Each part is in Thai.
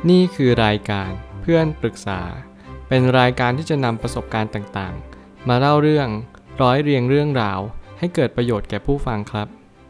นี่คือรายการเพื่อนปรึกษาเป็นรายการที่จะนำประสบการณ์ต่างๆมาเล่าเรื่องร้อยเรียงเรื่องราวให้เกิดประโยชน์แก่ผู้ฟังครับ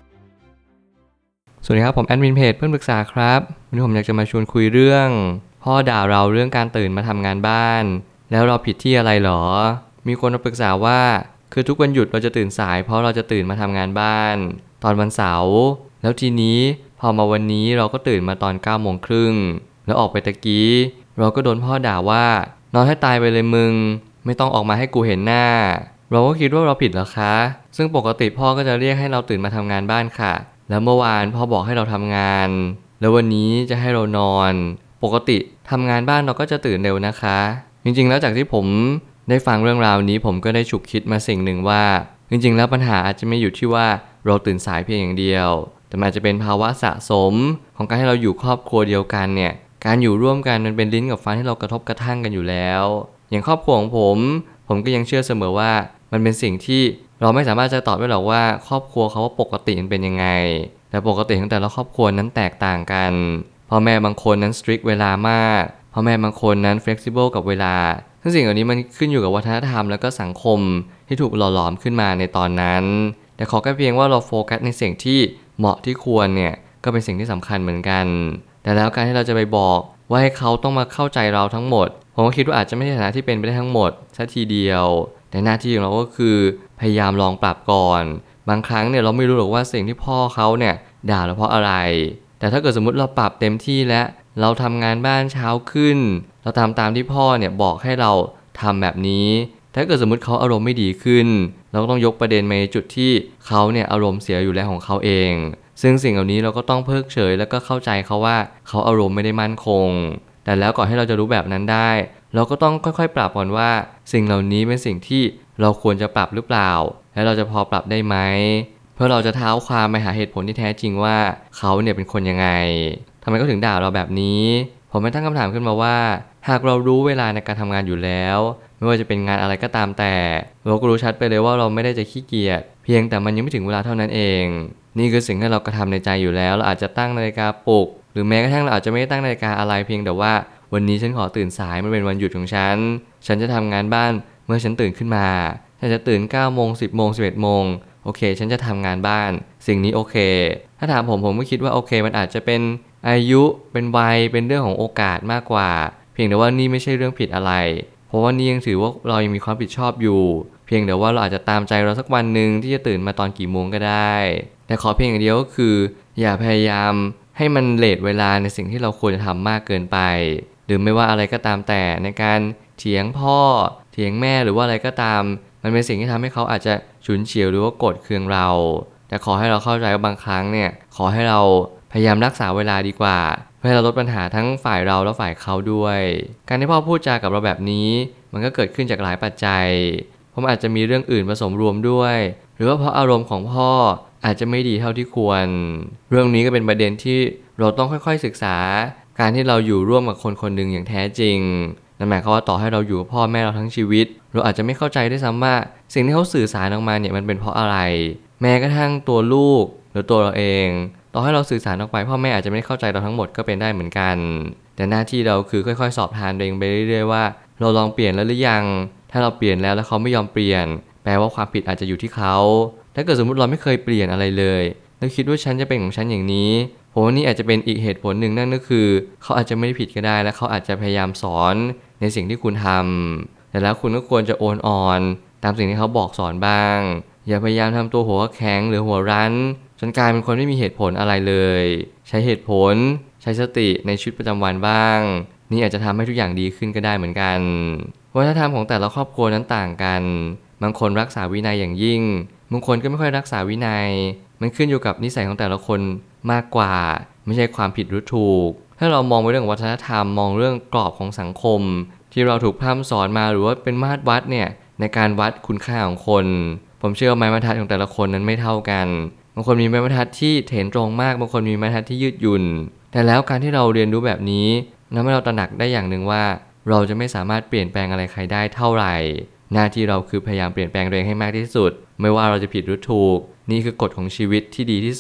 สวัสดีครับผมแอดมินเพจเพื่อนปรึกษาครับวันนี้ผมอยากจะมาชวนคุยเรื่องพ่อด่าเราเรื่องการตื่นมาทำงานบ้านแล้วเราผิดที่อะไรหรอมีคนมาปรึกษาว่าคือทุกวันหยุดเราจะตื่นสายเพราะเราจะตื่นมาทำงานบ้านตอนวันเสาร์แล้วทีนี้พอมาวันนี้เราก็ตื่นมาตอน9:30แล้วออกไปตะกี้เราก็โดนพ่อด่าว่านอนให้ตายไปเลยมึงไม่ต้องออกมาให้กูเห็นหน้าเราก็คิดว่าเราผิดเหรอคะซึ่งปกติพ่อก็จะเรียกให้เราตื่นมาทำงานบ้านค่ะแล้วเมื่อวานพ่อบอกให้เราทำงานแล้ววันนี้จะให้เรานอนปกติทำงานบ้านเราก็จะตื่นเร็วนะคะจริงๆแล้วจากที่ผมได้ฟังเรื่องราวนี้ผมก็ได้ฉุกคิดมาสิ่งหนึ่งว่าจริงๆแล้วปัญหาอาจจะไม่อยู่ที่ว่าเราตื่นสายเพียงอย่างเดียวแต่มันอาจจะเป็นภาวะสะสมของการที่เราอยู่ครอบครัวเดียวกันเนี่ยการอยู่ร่วมกันมันเป็นลิ้นกับฟันที่เรากระทบกระทั่งกันอยู่แล้วอย่างครอบครัวของผมก็ยังเชื่อเสมอว่ามันเป็นสิ่งที่เราไม่สามารถจะตอบได้หรอกว่าครอบครัวเขาว่าปกติมันเป็นยังไงแต่ปกติของแต่ละครอบครัวนั้นแตกต่างกันพ่อแม่บางคนนั้น strict เวลามากพ่อแม่บางคนนั้น flexible กับเวลาซึ่งสิ่งเหล่านี้มันขึ้นอยู่กับวัฒนธรรมและก็สังคมที่ถูกหล่อหลอมขึ้นมาในตอนนั้นแต่ขอแค่เพียงว่าเราโฟกัสในสิ่งที่เหมาะที่ควรเนี่ยก็เป็นสิ่งที่สำคัญเหมือนกันแต่แล้วการที่เราจะไปบอกว่าให้เขาต้องมาเข้าใจเราทั้งหมดผมก็คิดว่าอาจจะไม่ใช่ฐานะที่เป็นไปได้ทั้งหมดซะทีเดียวแต่หน้าที่ของเราก็คือพยายามลองปรับก่อนบางครั้งเนี่ยเราไม่รู้หรอกว่าสิ่งที่พ่อเขาเนี่ยด่าเราเพราะอะไรแต่ถ้าเกิดสมมติเราปรับเต็มที่แล้วเราทำงานบ้านเช้าขึ้นเราทำตามที่พ่อเนี่ยบอกให้เราทำแบบนี้ถ้าเกิดสมมติเขาอารมณ์ไม่ดีขึ้นเราก็ต้องยกประเด็นมาในจุดที่เขาเนี่ยอารมณ์เสียอยู่แล้วของเขาเองซึ่งสิ่งเหล่านี้เราก็ต้องเพิกเฉยแล้วก็เข้าใจเขาว่าเขาอารมณ์ไม่ได้มั่นคงแต่แล้วก่อนให้เราจะรู้แบบนั้นได้เราก็ต้องค่อยๆปรับก่อนว่าสิ่งเหล่านี้เป็นสิ่งที่เราควรจะปรับหรือเปล่าและเราจะพอปรับได้ไหมเพื่อเราจะเท้าความไปหาเหตุผลที่แท้จริงว่าเขาเนี่ยเป็นคนยังไงทำไมเขาถึงด่าเราแบบนี้ผมไม่ตั้งคำถามขึ้นมาว่าหากเรารู้เวลาในการทำงานอยู่แล้วไม่ว่าจะเป็นงานอะไรก็ตามแต่เราก็รู้ชัดไปเลยว่าเราไม่ได้จะขี้เกียจเพียงแต่มันยังไม่ถึงเวลาเท่านั้นเองนี่คือสิ่งที่เรากระทำในใจอยู่แล้วเราอาจจะตั้งนาฬิกาปลุกหรือแม้กระทั่งเราอาจจะไม่ได้ตั้งนาฬิกาอะไรเพียงแต่ว่าวันนี้ฉันขอตื่นสายมันเป็นวันหยุดของฉันจะทำงานบ้านเมื่อฉันตื่นขึ้นมาฉันจะตื่น9 โมง 10 โมง 11 โมงโอเคฉันจะทำงานบ้านสิ่งนี้โอเคถ้าถามผมก็คิดว่าโอเคมันอาจจะเป็นอายุเป็นวัยเป็นเรื่องของโอกาสมากกว่าเพียงแต่ว่านี่ไม่ใช่เรื่องผิดอะไรเพราะว่านี่ยังถือว่าเรายังมีความผิดชอบอยู่เพียงแต่ว่าเราอาจจะตามใจเราสักวันหนึ่งที่จะตื่นมาตอนกี่โมงก็ได้แต่ขอเพียงอย่างเดียวก็คืออย่าพยายามให้มันเลทเวลาในสิ่งที่เราควรจะทำมากเกินไปหรือไม่ว่าอะไรก็ตามแต่ในการเถียงพ่อเถียงแม่หรือว่าอะไรก็ตามมันเป็นสิ่งที่ทำให้เขาอาจจะฉุนเฉียวหรือว่าโกรธเคืองเราแต่ขอให้เราเข้าใจว่าบางครั้งเนี่ยขอให้เราพยายามรักษาเวลาดีกว่าเพื่อให้เราลดปัญหาทั้งฝ่ายเราและฝ่ายเขาด้วยการที่พ่อพูดจากับเราแบบนี้มันก็เกิดขึ้นจากหลายปัจจัยผมอาจจะมีเรื่องอื่นผสมรวมด้วยหรือว่าเพราะอารมณ์ของพ่ออาจจะไม่ดีเท่าที่ควรเรื่องนี้ก็เป็นประเด็นที่เราต้องค่อยๆศึกษาการที่เราอยู่ร่วมกับคนคนหนึ่งอย่างแท้จริงนั่นหมายความว่าต่อให้เราอยู่กับพ่อแม่เราทั้งชีวิตเราอาจจะไม่เข้าใจด้วยซ้ำว่าสิ่งที่เขาสื่อสารออกมาเนี่ยมันเป็นเพราะอะไรแม้กระทั่งตัวลูกหรือตัวเราเองต่อให้เราสื่อสารออกไปพ่อแม่อาจจะไม่เข้าใจเราทั้งหมดก็เป็นได้เหมือนกันแต่หน้าที่เราคือค่อยๆสอบทานตัวเองไปเรื่อยๆว่าเราลองเปลี่ยนแล้วหรือยังถ้าเราเปลี่ยนแล้วเขาไม่ยอมเปลี่ยนแปลว่าความผิดอาจจะอยู่ที่เขาถ้าเกิดสมมติเราไม่เคยเปลี่ยนอะไรเลยแล้วคิดว่าฉันจะเป็นของฉันอย่างนี้ผมว่านี่อาจจะเป็นอีกเหตุผลหนึ่งนั่นก็คือเขาอาจจะไม่ได้ผิดก็ได้และเขาอาจจะพยายามสอนในสิ่งที่คุณทำแต่แล้วคุณก็ควรจะโอนอ่อนตามสิ่งที่เขาบอกสอนบ้างอย่าพยายามทำตัวหัวแข็งหรือหัวรั้นจนกลายเป็นคนไม่มีเหตุผลอะไรเลยใช้เหตุผลใช้สติในชีวิตประจำวันบ้างนี่อาจจะทำให้ทุกอย่างดีขึ้นก็ได้เหมือนกันวัฒนธรรมของแต่ละครอบครัวนั้นต่างกันบางคนรักษาวินัยอย่างยิ่งบางคนก็ไม่ค่อยรักษาวินัยมันขึ้นอยู่กับนิสัยของแต่ละคนมากกว่าไม่ใช่ความผิดหรือถูกถ้าเรามองไปเรื่องวัฒนธรรมมองเรื่องกรอบของสังคมที่เราถูกพร่ำสอนมาหรือว่าเป็นมาตรวัดเนี่ยในการวัดคุณค่าของคนผมเชื่อว่าไม้บรรทัดของแต่ละคนนั้นไม่เท่ากันบางคนมีไม้บรรทัดที่เถนตรงมากบางคนมีไม้บรรทัดที่ยืดหยุ่นแต่แล้วการที่เราเรียนรู้แบบนี้ทำให้เราตระหนักได้อย่างหนึ่งว่าเราจะไม่สามารถเปลี่ยนแปลงอะไรใครได้เท่าไหร่หน้าที่เราคือพยายามเปลี่ยนแปลงตัวเองให้มากที่สุดไม่ว่าเราจะผิดหรือถูกนี่คือกฎของชีวิตที่ดีที่สุด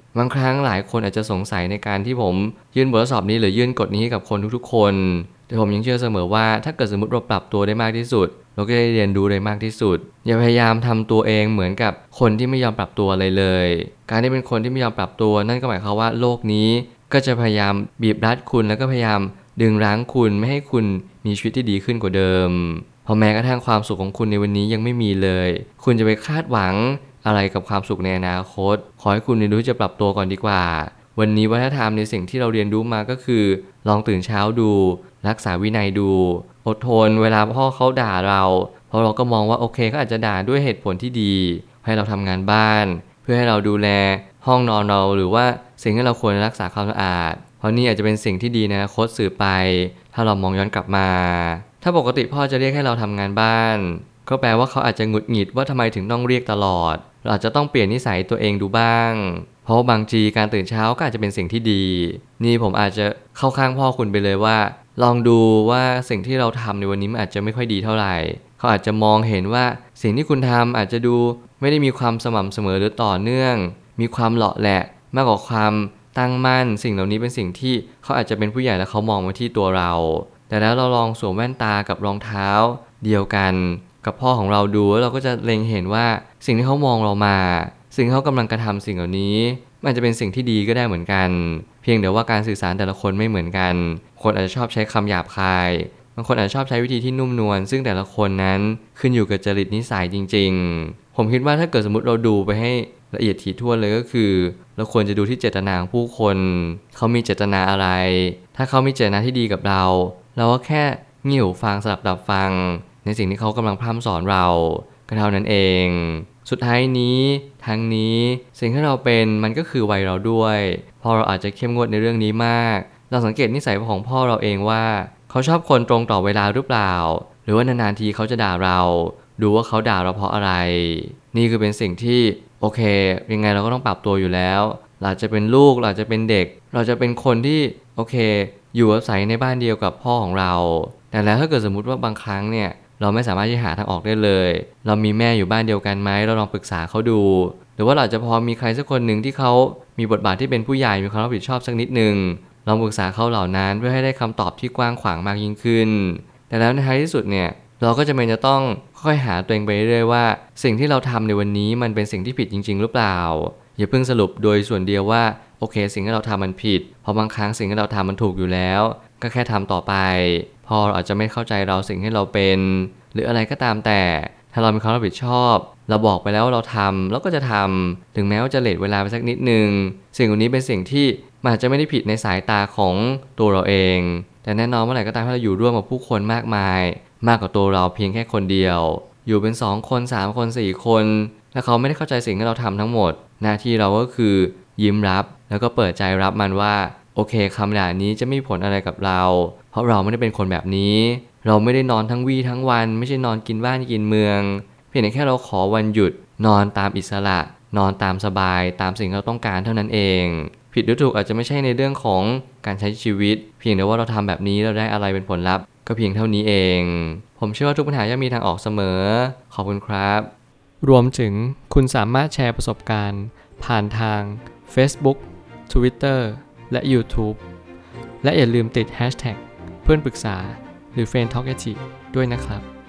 บางครั้งหลายคนอาจจะสงสัยในการที่ผมยื่นบททดสอบนี้หรือยื่นกฎนี้ให้กับคนทุกๆคนแต่ผมยังเชื่อเสมอว่าถ้าเกิดสมมติเราปรับตัวได้มากที่สุดเราก็ได้เรียนรู้ได้มากที่สุดอย่าพยายามทำตัวเองเหมือนกับคนที่ไม่ยอมปรับตัวเลยการที่เป็นคนที่ไม่ยอมปรับตัวนั่นก็หมายความว่าโลกนี้ก็จะพยายามบีบรัดคุณแล้วก็พยายามดึงรั้งคุณไม่ให้คุณมีชีวิตที่ดีขึ้นกว่าเดิมเพราะแม้กระทั่งความสุขของคุณในวันนี้ยังไม่มีเลยคุณจะไปคาดหวังอะไรกับความสุขในอนาคตขอให้คุณเรียนรู้จะปรับตัวก่อนดีกว่าวันนี้วัฒนธรรมในสิ่งที่เราเรียนรู้มาก็คือลองตื่นเช้าดูรักษาวินัยดูอดทนเวลาพ่อเขาด่าเราเพราะเราก็มองว่าโอเคเขาอาจจะด่าด้วยเหตุผลที่ดีให้เราทำงานบ้านเพื่อให้เราดูแลห้องนอนเราหรือว่าสิ่งที่เราควรรักษาความสะอาดเพราะนี่อาจจะเป็นสิ่งที่ดีในอนาคตสืบไปถ้าเรามองย้อนกลับมาถ้าปกติพ่อจะเรียกให้เราทำงานบ้านก็แปลว่าเขาอาจจะหงุดหงิดว่าทำไมถึงต้องเรียกตลอดเราอาจจะต้องเปลี่ยนนิสัยตัวเองดูบ้างเพราะบางทีการตื่นเช้าก็อาจจะเป็นสิ่งที่ดีนี่ผมอาจจะเข้าข้างพ่อคุณไปเลยว่าลองดูว่าสิ่งที่เราทำในวันนี้มันอาจจะไม่ค่อยดีเท่าไหร่เขาอาจจะมองเห็นว่าสิ่งที่คุณทำอาจจะดูไม่ได้มีความสม่ำเสมอหรือต่อเนื่องมีความเหลาะแหละมากกว่าความตั้งมั่นสิ่งเหล่านี้เป็นสิ่งที่เขาอาจจะเป็นผู้ใหญ่แล้วเขามองมาที่ตัวเราแต่แล้วเราลองสวมแว่นตากับรองเท้าเดียวกันกับพ่อของเราดูแล้วเราก็จะเล็งเห็นว่าสิ่งที่เขามองเรามาสิ่งที่เขากำลังกระทำสิ่งเหล่านี้มันจะเป็นสิ่งที่ดีก็ได้เหมือนกันเพียงแต่ว่าการสื่อสารแต่ละคนไม่เหมือนกันคนอาจจะชอบใช้คำหยาบคายบางคนอาจจะชอบใช้วิธีที่นุ่มนวลซึ่งแต่ละคนนั้นขึ้นอยู่กับจริตนิสัยจริงๆผมคิดว่าถ้าเกิดสมมติเราดูไปให้ละเอียดถี่ถ้วนเลยก็คือเราควรจะดูที่เจตนาของผู้คนเขามีเจตนาอะไรถ้าเขามีเจตนาที่ดีกับเราเราก็แค่เงี่ยวฟังสลับดับฟังในสิ่งที่เขากำลังพร่ำสอนเราก็เท่านั้นเองสุดท้ายนี้ทั้งนี้สิ่งที่เราเป็นมันก็คือวัยเราด้วยพอเราอาจจะเข้มงวดในเรื่องนี้มากเราสังเกตนิสัยของพ่อเราเองว่าเขาชอบคนตรงต่อเวลาหรือเปล่าหรือว่านานๆทีเขาจะด่าเราดูว่าเขาด่าเราเพราะอะไรนี่คือเป็นสิ่งที่โอเคยังไงเราก็ต้องปรับตัวอยู่แล้วเราจะเป็นลูกเราจะเป็นเด็กเราจะเป็นคนที่โอเคอยู่อาศัยในบ้านเดียวกับพ่อของเราแต่แล้วถ้าเกิดสมมุติว่าบางครั้งเนี่ยเราไม่สามารถที่หาทางออกได้เลยเรามีแม่อยู่บ้านเดียวกันไหมเราลองปรึกษาเขาดูหรือว่าเราจะพอมีใครสักคนหนึ่งที่เขามีบทบาทที่เป็นผู้ใหญ่มีความรับผิดชอบสักนิดนึงลองปรึกษาเขาเหล่านั้นเพื่อให้ได้คำตอบที่กว้างขวางมากยิ่งขึ้นแต่แล้วในท้ายที่สุดเนี่ยเราก็จะต้องค่อยๆหาตัวเองไปเรื่อยๆว่าสิ่งที่เราทำในวันนี้มันเป็นสิ่งที่ผิดจริงๆหรือเปล่าอย่าเพิ่งสรุปโดยส่วนเดียวว่าโอเคสิ่งที่เราทำมันผิดเพราะบางครั้งสิ่งที่เราทำมันถูกอยู่แล้วก็แค่ทำต่อไปพอเราอาจจะไม่เข้าใจเราสิ่งที่เราเป็นหรืออะไรก็ตามแต่ถ้าเรามีความรับผิดชอบเราบอกไปแล้วว่าเราทำแล้วก็จะทำถึงแม้ว่าจะเลทเวลาไปสักนิดนึงสิ่งเหล่านี้เป็นสิ่งที่มันอาจจะไม่ได้ผิดในสายตาของตัวเราเองแต่แน่นอนเมื่อไหร่ก็ตามที่เราอยู่ร่วมกับผู้คนมากมายมากกว่าตัวเราเพียงแค่คนเดียวอยู่เป็น2คน3คน4คนและเขาไม่ได้เข้าใจสิ่งที่เราทำทั้งหมดหน้าที่เราก็คือยิ้มรับแล้วก็เปิดใจรับมันว่าโอเคคำด่านี้จะไม่มีผลอะไรกับเราเพราะเราไม่ได้เป็นคนแบบนี้เราไม่ได้นอนทั้งวี่ทั้งวันไม่ใช่นอนกินบ้านกินเมืองเพียงแต่แค่เราขอวันหยุดนอนตามอิสระนอนตามสบายตามสิ่งที่เราต้องการเท่านั้นเองผิดหรือถูกอาจจะไม่ใช่ในเรื่องของการใช้ชีวิตเพียงแต่ว่าเราทำแบบนี้เราได้อะไรเป็นผลลัพธ์ก็เพียงเท่านี้เองผมเชื่อว่าทุกปัญหาย่อมมีทางออกเสมอขอบคุณครับรวมถึงคุณสามารถแชร์ประสบการณ์ผ่านทาง Facebook Twitter และ YouTube และอย่าลืมติด Hashtag เพื่อนปรึกษาหรือ Friend Talk ด้วยนะครับ